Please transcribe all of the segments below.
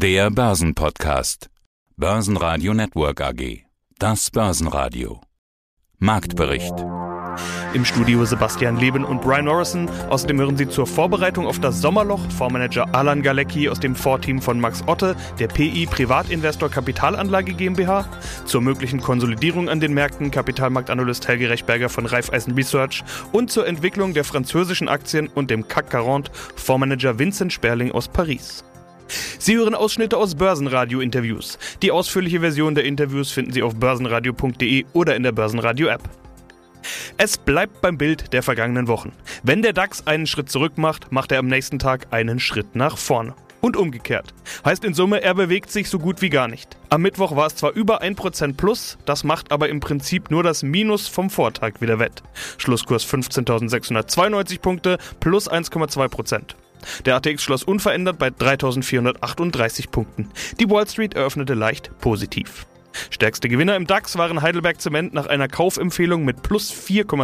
Der Börsenpodcast. Börsenradio Network AG. Das Börsenradio. Marktbericht. Im Studio Sebastian Leben und Brian Norrison. Außerdem hören Sie zur Vorbereitung auf das Sommerloch Fondsmanager Alan Galecki aus dem Vorteam von Max Otte, der PI Privatinvestor Kapitalanlage GmbH. Zur möglichen Konsolidierung an den Märkten Kapitalmarktanalyst Helge Rechberger von Raiffeisen Research und zur Entwicklung der französischen Aktien und dem CAC 40 Fondsmanager Vincent Sperling aus Paris. Sie hören Ausschnitte aus Börsenradio-Interviews. Die ausführliche Version der Interviews finden Sie auf börsenradio.de oder in der Börsenradio-App. Es bleibt beim Bild der vergangenen Wochen. Wenn der DAX einen Schritt zurück macht, macht er am nächsten Tag einen Schritt nach vorne. Und umgekehrt. Heißt in Summe, er bewegt sich so gut wie gar nicht. Am Mittwoch war es zwar über 1% plus, das macht aber im Prinzip nur das Minus vom Vortag wieder wett. Schlusskurs 15.692 Punkte plus 1,2%. Der ATX schloss unverändert bei 3.438 Punkten. Die Wall Street eröffnete leicht positiv. Stärkste Gewinner im DAX waren Heidelberg Zement nach einer Kaufempfehlung mit plus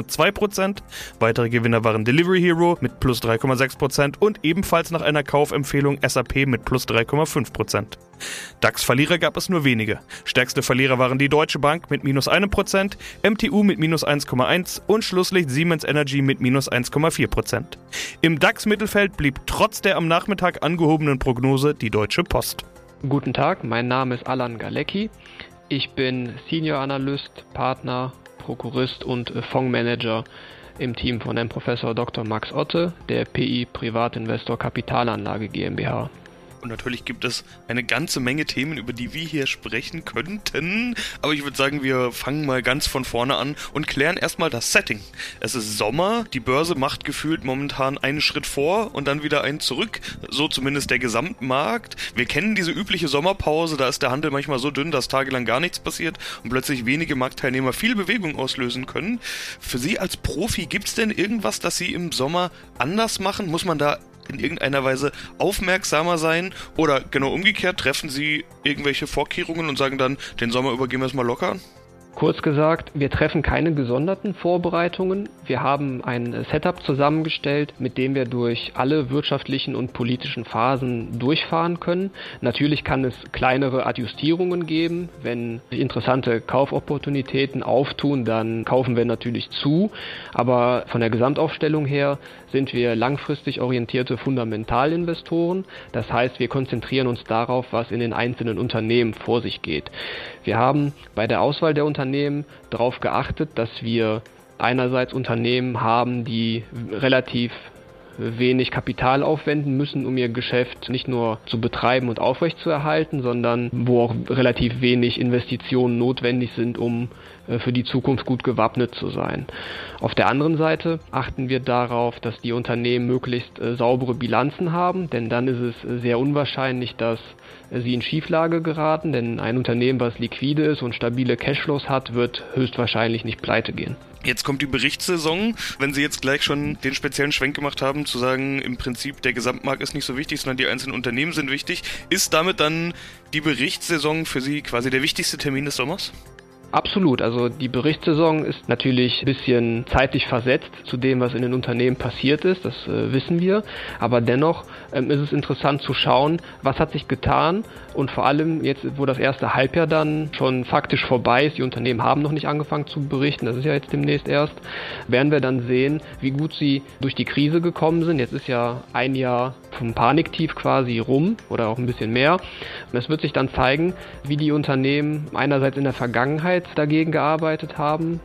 4,2%. Weitere Gewinner waren Delivery Hero mit plus 3,6% und ebenfalls nach einer Kaufempfehlung SAP mit plus 3,5%. DAX-Verlierer gab es nur wenige. Stärkste Verlierer waren die Deutsche Bank mit minus 1%, MTU mit minus 1,1% und Schlusslicht Siemens Energy mit minus 1,4%. Im DAX-Mittelfeld blieb trotz der am Nachmittag angehobenen Prognose die Deutsche Post. Guten Tag, mein Name ist Alan Galecki. Ich bin Senior Analyst, Partner, Prokurist und Fondsmanager im Team von Herrn Professor Dr. Max Otte, der PI Privatinvestor Kapitalanlage GmbH. Und natürlich gibt es eine ganze Menge Themen, über die wir hier sprechen könnten. Aber ich würde sagen, wir fangen mal ganz von vorne an und klären erstmal das Setting. Es ist Sommer, die Börse macht gefühlt momentan einen Schritt vor und dann wieder einen zurück. So zumindest der Gesamtmarkt. Wir kennen diese übliche Sommerpause, da ist der Handel manchmal so dünn, dass tagelang gar nichts passiert und plötzlich wenige Marktteilnehmer viel Bewegung auslösen können. Für Sie als Profi, gibt es denn irgendwas, das Sie im Sommer anders machen? Muss man da in irgendeiner Weise aufmerksamer sein? Oder genau umgekehrt, treffen Sie irgendwelche Vorkehrungen und sagen dann, den Sommer über gehen wir es mal locker? Kurz gesagt, wir treffen keine gesonderten Vorbereitungen. Wir haben ein Setup zusammengestellt, mit dem wir durch alle wirtschaftlichen und politischen Phasen durchfahren können. Natürlich kann es kleinere Adjustierungen geben. Wenn interessante Kaufopportunitäten auftun, dann kaufen wir natürlich zu. Aber von der Gesamtaufstellung her sind wir langfristig orientierte Fundamentalinvestoren. Das heißt, wir konzentrieren uns darauf, was in den einzelnen Unternehmen vor sich geht. Wir haben bei der Auswahl der Unternehmen darauf geachtet, dass wir einerseits Unternehmen haben, die relativ wenig Kapital aufwenden müssen, um ihr Geschäft nicht nur zu betreiben und aufrechtzuerhalten, sondern wo auch relativ wenig Investitionen notwendig sind, um für die Zukunft gut gewappnet zu sein. Auf der anderen Seite achten wir darauf, dass die Unternehmen möglichst saubere Bilanzen haben, denn dann ist es sehr unwahrscheinlich, dass sie in Schieflage geraten, denn ein Unternehmen, was liquide ist und stabile Cashflows hat, wird höchstwahrscheinlich nicht pleite gehen. Jetzt kommt die Berichtssaison. Wenn Sie jetzt gleich schon den speziellen Schwenk gemacht haben, zu sagen, im Prinzip der Gesamtmarkt ist nicht so wichtig, sondern die einzelnen Unternehmen sind wichtig, ist damit dann die Berichtssaison für Sie quasi der wichtigste Termin des Sommers? Absolut, also die Berichtssaison ist natürlich ein bisschen zeitlich versetzt zu dem, was in den Unternehmen passiert ist, das wissen wir, aber dennoch ist es interessant zu schauen, was hat sich getan und vor allem jetzt, wo das erste Halbjahr dann schon faktisch vorbei ist, die Unternehmen haben noch nicht angefangen zu berichten, das ist ja jetzt demnächst erst, werden wir dann sehen, wie gut sie durch die Krise gekommen sind. Jetzt ist ja ein Jahr vom Paniktief quasi rum oder auch ein bisschen mehr. Und es wird sich dann zeigen, wie die Unternehmen einerseits in der Vergangenheit dagegen gearbeitet haben,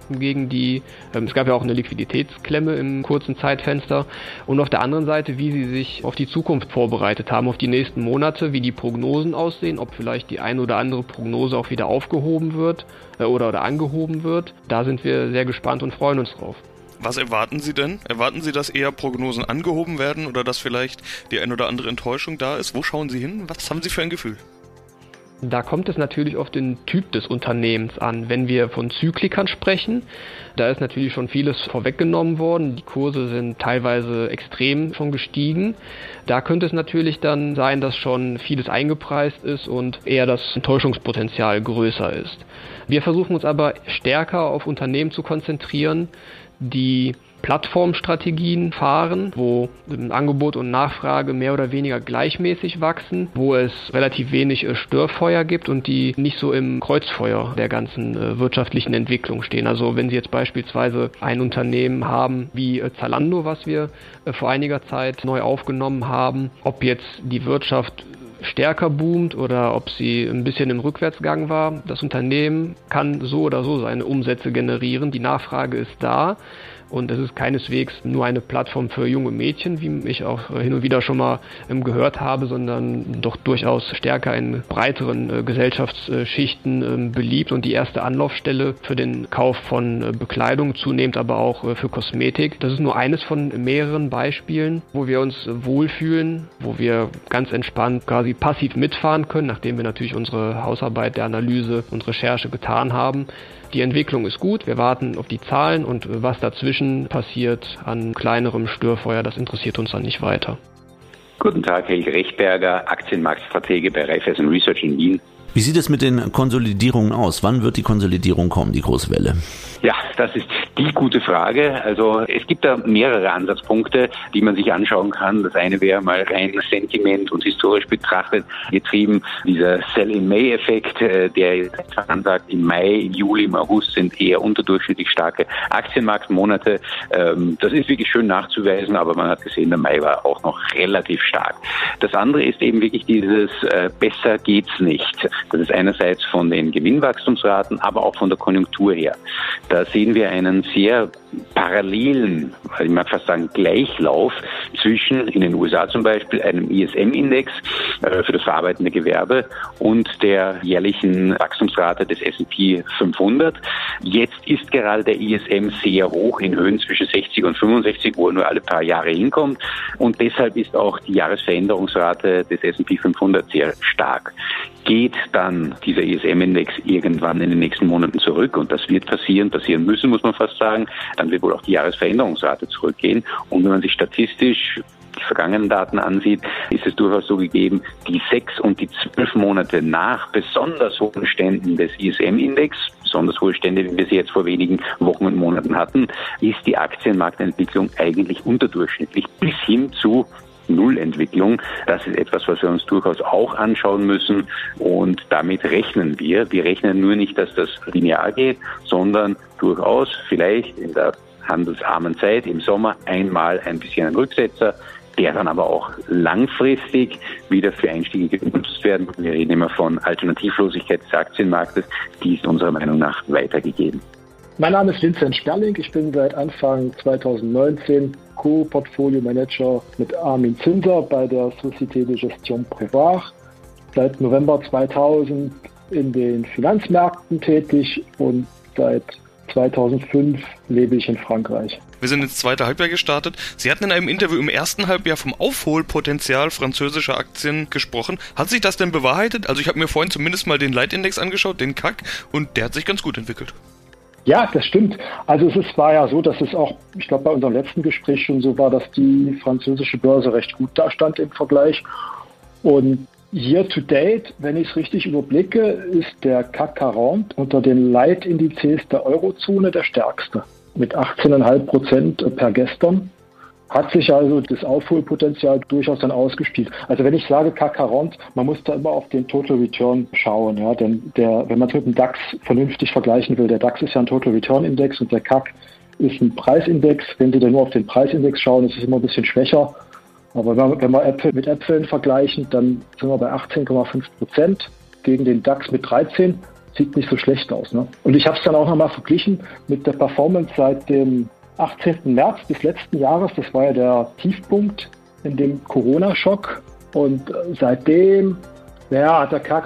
es gab ja auch eine Liquiditätsklemme im kurzen Zeitfenster und auf der anderen Seite, wie sie sich auf die Zukunft vorbereitet haben, auf die nächsten Monate, wie die Prognosen aussehen, ob vielleicht die ein oder andere Prognose auch wieder aufgehoben wird oder angehoben wird. Da sind wir sehr gespannt und freuen uns drauf. Was erwarten Sie denn? Erwarten Sie, dass eher Prognosen angehoben werden oder dass vielleicht die ein oder andere Enttäuschung da ist? Wo schauen Sie hin? Was haben Sie für ein Gefühl? Da kommt es natürlich auf den Typ des Unternehmens an. Wenn wir von Zyklikern sprechen, da ist natürlich schon vieles vorweggenommen worden. Die Kurse sind teilweise extrem schon gestiegen. Da könnte es natürlich dann sein, dass schon vieles eingepreist ist und eher das Enttäuschungspotenzial größer ist. Wir versuchen uns aber stärker auf Unternehmen zu konzentrieren, die Plattformstrategien fahren, wo Angebot und Nachfrage mehr oder weniger gleichmäßig wachsen, wo es relativ wenig Störfeuer gibt und die nicht so im Kreuzfeuer der ganzen wirtschaftlichen Entwicklung stehen. Also wenn Sie jetzt beispielsweise ein Unternehmen haben wie Zalando, was wir vor einiger Zeit neu aufgenommen haben, ob jetzt die Wirtschaft stärker boomt oder ob sie ein bisschen im Rückwärtsgang war. Das Unternehmen kann so oder so seine Umsätze generieren. Die Nachfrage ist da. Und es ist keineswegs nur eine Plattform für junge Mädchen, wie ich auch hin und wieder schon mal gehört habe, sondern doch durchaus stärker in breiteren Gesellschaftsschichten beliebt und die erste Anlaufstelle für den Kauf von Bekleidung, zunehmend aber auch für Kosmetik. Das ist nur eines von mehreren Beispielen, wo wir uns wohlfühlen, wo wir ganz entspannt quasi passiv mitfahren können, nachdem wir natürlich unsere Hausarbeit der Analyse und Recherche getan haben. Die Entwicklung ist gut, wir warten auf die Zahlen und was dazwischen passiert an kleinerem Störfeuer, das interessiert uns dann nicht weiter. Guten Tag, Helge Rechberger, Aktienmarktstratege bei Raiffeisen Research in Wien. Wie sieht es mit den Konsolidierungen aus? Wann wird die Konsolidierung kommen, die große Welle? Ja, das ist die gute Frage. Also es gibt da mehrere Ansatzpunkte, die man sich anschauen kann. Das eine wäre mal rein Sentiment und historisch betrachtet getrieben. Dieser Sell-in-May-Effekt, der jetzt ansagt, im Mai, im Juli, im August sind eher unterdurchschnittlich starke Aktienmarktmonate. Das ist wirklich schön nachzuweisen, aber man hat gesehen, der Mai war auch noch relativ stark. Das andere ist eben wirklich dieses besser geht's nicht. Das ist einerseits von den Gewinnwachstumsraten, aber auch von der Konjunktur her. Da sehen wir einen sehr parallelen, ich mag fast sagen Gleichlauf zwischen, in den USA zum Beispiel, einem ISM-Index für das verarbeitende Gewerbe und der jährlichen Wachstumsrate des S&P 500. Jetzt ist gerade der ISM sehr hoch in Höhen zwischen 60 und 65, wo er nur alle paar Jahre hinkommt. Und deshalb ist auch die Jahresveränderungsrate des S&P 500 sehr stark. Geht dann dieser ISM-Index irgendwann in den nächsten Monaten zurück, und das wird passieren müssen, muss man fast sagen, dann wird wohl auch die Jahresveränderungsrate zurückgehen. Und wenn man sich statistisch die vergangenen Daten ansieht, ist es durchaus so gegeben, die 6 und die 12 Monate nach besonders hohen Ständen des ISM-Index, besonders hohe Stände, wie wir sie jetzt vor wenigen Wochen und Monaten hatten, ist die Aktienmarktentwicklung eigentlich unterdurchschnittlich bis hin zu Nullentwicklung. Das ist etwas, was wir uns durchaus auch anschauen müssen, und damit rechnen wir. Wir rechnen nur nicht, dass das linear geht, sondern durchaus vielleicht in der handelsarmen Zeit im Sommer einmal ein bisschen ein Rücksetzer, der dann aber auch langfristig wieder für Einstiege genutzt werden. Wir reden immer von Alternativlosigkeit des Aktienmarktes. Die ist unserer Meinung nach weitergegeben. Mein Name ist Vincent Sperling. Ich bin seit Anfang 2019 Co-Portfolio-Manager mit Armin Zinser bei der Société de Gestion Prévoir. Seit November 2000 in den Finanzmärkten tätig und seit 2005 lebe ich in Frankreich. Wir sind ins zweite Halbjahr gestartet. Sie hatten in einem Interview im ersten Halbjahr vom Aufholpotenzial französischer Aktien gesprochen. Hat sich das denn bewahrheitet? Also ich habe mir vorhin zumindest mal den Leitindex angeschaut, den CAC, und der hat sich ganz gut entwickelt. Ja, das stimmt. Also war ja so, dass es auch, ich glaube, bei unserem letzten Gespräch schon so war, dass die französische Börse recht gut dastand im Vergleich. Und year to date, wenn ich es richtig überblicke, ist der CAC 40 unter den Leitindizes der Eurozone der stärkste. Mit 18,5% per gestern. Hat sich also das Aufholpotenzial durchaus dann ausgespielt. Also wenn ich sage CAC 40, man muss da immer auf den Total Return schauen, ja, denn wenn man es mit dem DAX vernünftig vergleichen will, der DAX ist ja ein Total Return Index und der CAC ist ein Preisindex. Wenn Sie dann nur auf den Preisindex schauen, ist es immer ein bisschen schwächer. Aber wenn wir Äpfel mit Äpfeln vergleichen, dann sind wir bei 18,5% gegen den DAX mit 13. Sieht nicht so schlecht aus, ne? Und ich habe es dann auch nochmal verglichen mit der Performance seit dem 18. März des letzten Jahres. Das war ja der Tiefpunkt in dem Corona-Schock. Und seitdem hat der CAC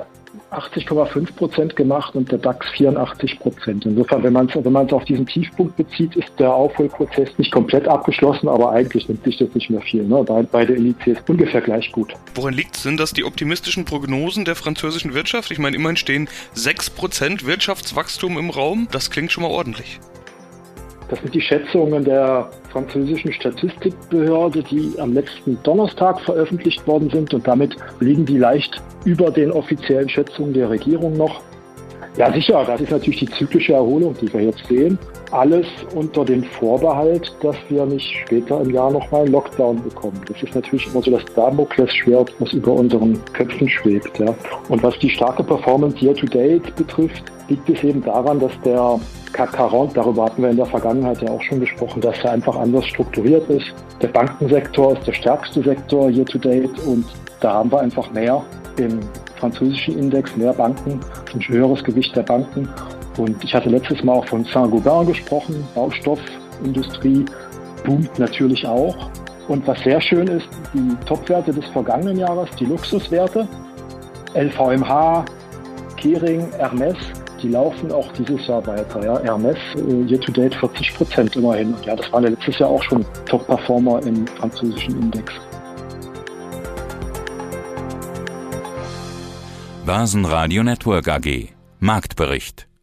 80,5% gemacht und der DAX 84%. Insofern, wenn man es auf diesen Tiefpunkt bezieht, ist der Aufholprozess nicht komplett abgeschlossen, aber eigentlich nimmt sich das nicht mehr viel. Ne? Beide Indizes ungefähr gleich gut. Woran liegt es? Sind das die optimistischen Prognosen der französischen Wirtschaft? Ich meine, immerhin stehen 6% Wirtschaftswachstum im Raum. Das klingt schon mal ordentlich. Das sind die Schätzungen der französischen Statistikbehörde, die am letzten Donnerstag veröffentlicht worden sind, und damit liegen die leicht über den offiziellen Schätzungen der Regierung noch. Ja, sicher. Das ist natürlich die zyklische Erholung, die wir jetzt sehen. Alles unter dem Vorbehalt, dass wir nicht später im Jahr nochmal einen Lockdown bekommen. Das ist natürlich immer so das Damoklesschwert, was über unseren Köpfen schwebt. Ja. Und was die starke Performance Year-to-Date betrifft, liegt es eben daran, dass der CAC 40, darüber hatten wir in der Vergangenheit ja auch schon gesprochen, dass er einfach anders strukturiert ist. Der Bankensektor ist der stärkste Sektor Year-to-Date und da haben wir einfach mehr im französischen Index, mehr Banken, ein höheres Gewicht der Banken. Und ich hatte letztes Mal auch von Saint-Gobain gesprochen, Baustoffindustrie boomt natürlich auch. Und was sehr schön ist, die Topwerte des vergangenen Jahres, die Luxuswerte, LVMH, Kering, Hermes, die laufen auch dieses Jahr weiter. Ja. Hermes, year-to-date 40% immerhin. Und ja, das waren ja letztes Jahr auch schon Top-Performer im französischen Index. Börsenradio Network AG. Marktbericht.